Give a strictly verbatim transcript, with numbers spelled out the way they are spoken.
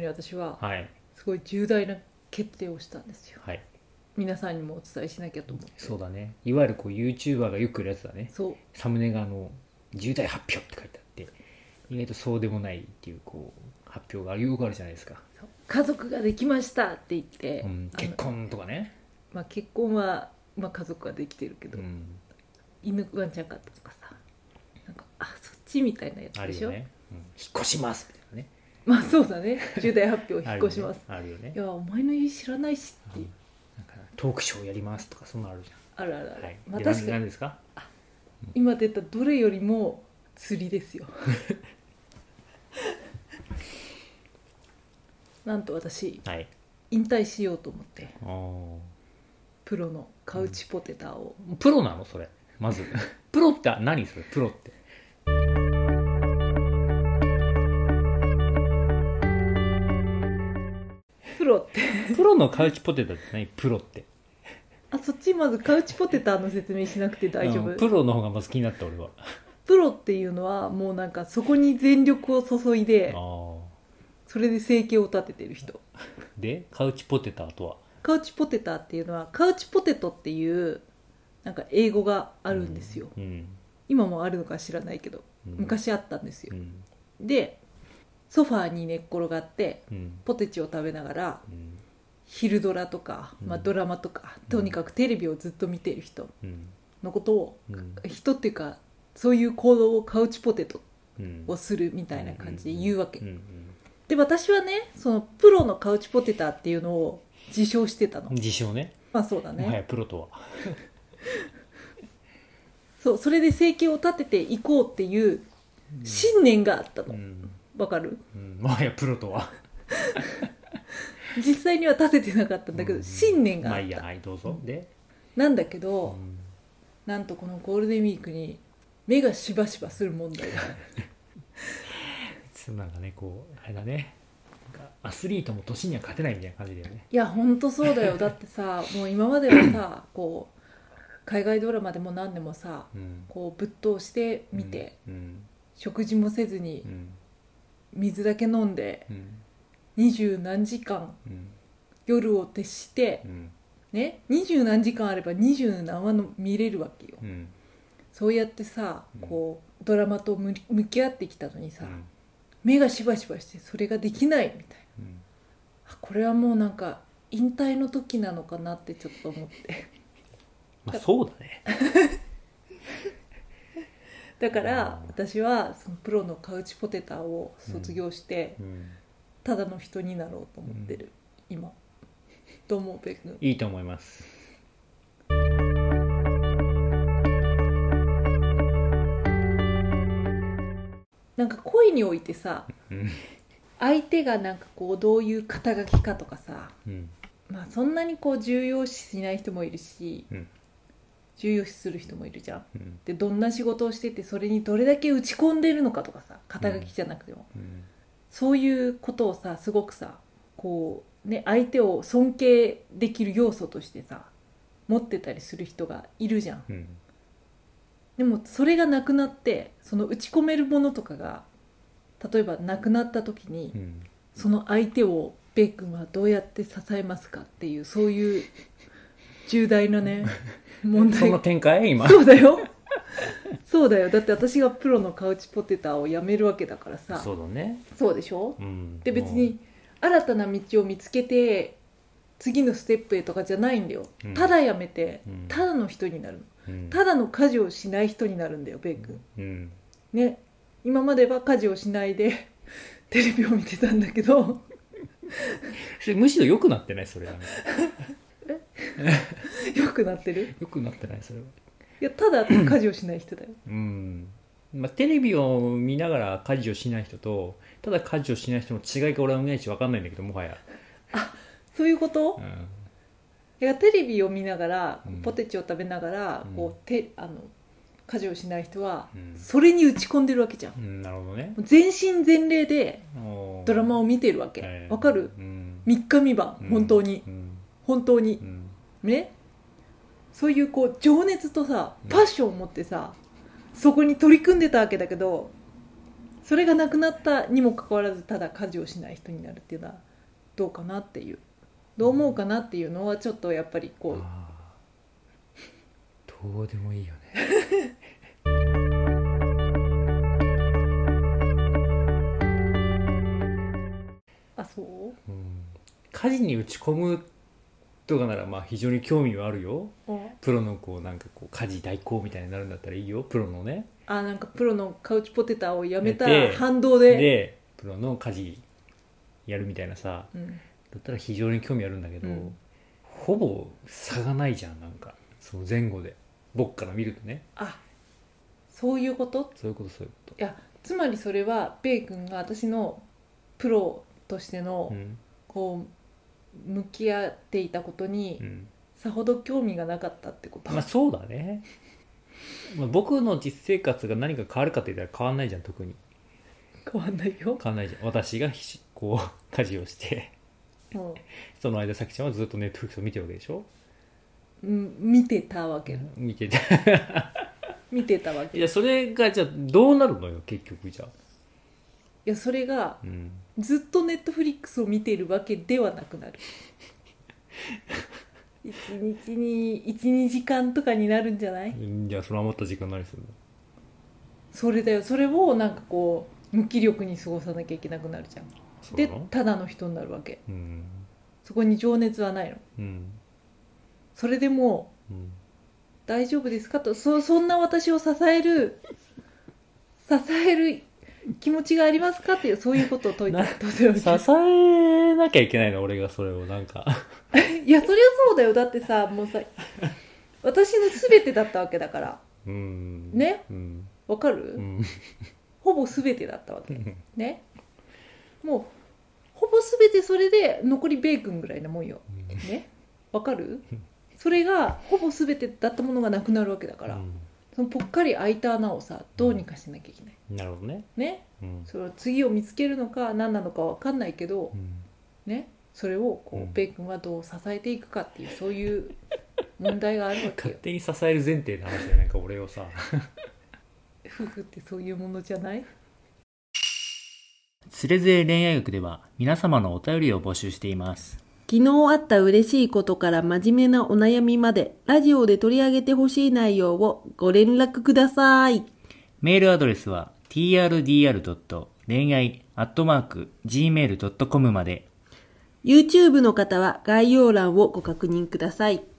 私ははい、 すごい重大な決定をしたんですよ。 はい、 皆さんにもお伝えしなきゃと思って。 そうだね。いわゆるこう YouTuber がよくやるやつだね。 そうサムネがあの重大発表って書いてあって、意外とそうでもないっていうこう発表がよくあるじゃないですか。 そう家族ができましたって言って、 うん、結婚とかね。 まあ、結婚は、まあ、家族ができてるけど、 うん、 犬ワンちゃん飼ったとかさ、なんかあそっちみたいなやつでしょ。 あるよね、うん、引っ越しますみたいなね。 まあそうだね、重大発表引っ越します。 あるよね。 いやお前の家知らないしっていう、 うん、なんかトークショーやりますとかそんなのあるじあるあるある、 ゃん。はい。 まあ、 で確かに何ですか？ 今出たどれよりも釣りですよなんと私、 はい。 引退しようと思ってあプロのカウチポテタを、 あ。プロなのそれ？まずプロって何それ？プロって。 プロってプロのカウチポテトって何？プロって。 あそっちまずカウチポテタの説明しなくて大丈夫？ うん、プロの方がまず気になった俺は。 プロっていうのはもうなんかそこに全力を注いでああ。 それで生計を立ててる人。 でカウチポテタとは？ カウチポテタっていうのはカウチポテトっていうなんか英語があるんですよ、 うん、 今もあるのか知らないけど、 うん、 昔あったんですよ、 うん、 でソファーに寝っ転がってうん、 ポテチを食べながらうん、 昼ドラとか、まあ、ドラマとか、うん、とにかくテレビをずっと見ている人のことを、うん、人っていうかそういう行動をカウチポテトをするみたいな感じで言うわけ、うんうんうん、で私はねそのプロのカウチポテタっていうのを自称してたの。 自称ね。 まあそうだね。 もはやプロとはそうそれで生計を立てていこうっていう信念があったの。わ、うん、かる？ うん、もはやプロとは実際には立ててなかったんだけど、うん、信念があった。まあいいや、 はいどうぞ。でなんだけど、うん、なんとこのゴールデンウィークに目がしばしばする問題がなんかねこうあれだね、アスリートも年には勝てないみたいな感じだよね。 いやほんとそうだよ。だってさもう今まではさこう海外ドラマでも何でもさ、うん、こうぶっ通して見て、うんうん、食事もせずに、うん、水だけ飲んで二十、うん、何時間、うん、夜を徹して、うん、ね二十何時間あれば二十何話の見れるわけよ、うん、そうやってさこうドラマと向き合ってきたのにさ、うん、目がしばしばしてそれができないみたいな、うん、これはもうなんか引退の時なのかなってちょっと思ってまあそうだねだから私はそのプロのカウチポテタを卒業して、うん、ただの人になろうと思ってる、うん、今どう思う？ペックいいと思います。 なんか恋においてさ、うん相手がなんかこうどういう肩書きかとかさ、うん、まあそんなにこう重要視しない人もいるし、うん、重要視する人もいるじゃん、うん、でどんな仕事をしててそれにどれだけ打ち込んでるのかとかさ肩書きじゃなくても、うん、そういうことをさすごくさこうね相手を尊敬できる要素としてさ持ってたりする人がいるじゃん、うん、でもそれがなくなってその打ち込めるものとかが例えば亡くなった時に、うん、その相手をベイ君はどうやって支えますかっていうそういう重大なね問題。 その展開今そうだよそうだよ。だって私がプロのカウチポテタをやめるわけだからさ。 そうだね。 そうでしょ、うん、で別に新たな道を見つけて次のステップへとかじゃないんだよ、うん、ただやめて、うん、ただの人になる、うん、ただの家事をしない人になるんだよベイ君、うん、ね。今までは家事をしないでテレビを見てたんだけどそれむしろ良くなってないそれはねえ良くなってる？ 良くなってないそれは。 いやただ家事をしない人だようん、まあ、テレビを見ながら家事をしない人とただ家事をしない人の違いが俺はいまいち分かんないんだけどもはやあそういうこと、うん、いやテレビを見ながらポテチを食べながら、うん、こうてあの家事をしない人はそれに打ち込んでるわけじゃん、 うん、なるほどね。 全身全霊でドラマを見てるわけわ、えー、かる、うん、みっかみばん本当に、うん、本当に、うん、ね。そういうこう情熱とさパッションを持ってさそこに取り組んでたわけだけどそれがなくなったにもかかわらずただ家事をしない人になるっていうのはどうかなっていう、どう思うかなっていうのはちょっとやっぱりこう、 あどうでもいいよねあ、そう、 うん、家事に打ち込むとかならまあ非常に興味はあるよ。プロのこうなんかこう家事代行みたいになるんだったらいいよ、プロのね。 あ、なんかプロのカウチポテタをやめた反動ででプロの家事やるみたいなさ、うん、だったら非常に興味あるんだけど、うん、ほぼ差がないじゃん、なんかその前後で僕から見るとね。 あ、そういうこと？ そういうことそういうこと。 いや、つまりそれはペイ君が私のプロとしての、うん、こう向き合っていたことに、うん、さほど興味がなかったってこと。 まあそうだねまあ僕の実生活が何か変わるかって言ったら変わんないじゃん。特に変わんないよ。 変わんないじゃん。私がこう家事をして、うん、その間さきちゃんはずっとネットフリックスを見てるわけでしょ。 うん、見てたわけ、うん、 見てた見てたわけ。 いやそれがじゃあどうなるのよ結局。じゃあいやそれが、うん、ずっとネットフリックスを見ているわけではなくなる一日にいち、にじかんとかになるんじゃない？ いやその余った時間何するの？ それだよ。それをなんかこう無気力に過ごさなきゃいけなくなるじゃん。でただの人になるわけ、うん、そこに情熱はないの、うん、それでもう、うん、大丈夫ですかと、 そ, そんな私を支える支える気持ちがありますかっていう、そういうことを問いたい。支えなきゃいけないの俺がそれをなんかいやそりゃそうだよ。だってさ、もうさ私の全てだったわけだから、うん、ね、うん、わかる、うん、ほぼ全てだったわけね。もうほぼ全てそれで残りベーコンぐらいなもんよ、うん、ね、わかる？それがほぼ全てだったものがなくなるわけだから、うん、そのぽっかり空いた穴をさどうにかしなきゃいけない、 うん、なるほどね。 ね、うん、それは次を見つけるのか何なのか分かんないけど、うん、ね、それをこう、うん、ベーコンはどう支えていくかっていうそういう問題があるわけよ。 勝手に支える前提の話じゃないか俺をさ夫婦ってそういうものじゃない？ つれづれ恋愛学では皆様のお便りを募集しています。 昨日あった嬉しいことから真面目なお悩みまで、ラジオで取り上げてほしい内容をご連絡ください。 メールアドレスは ティーアールディーアール 恋愛 アットマーク ジーメール ドットコム まで。 YouTube の方は概要欄をご確認ください。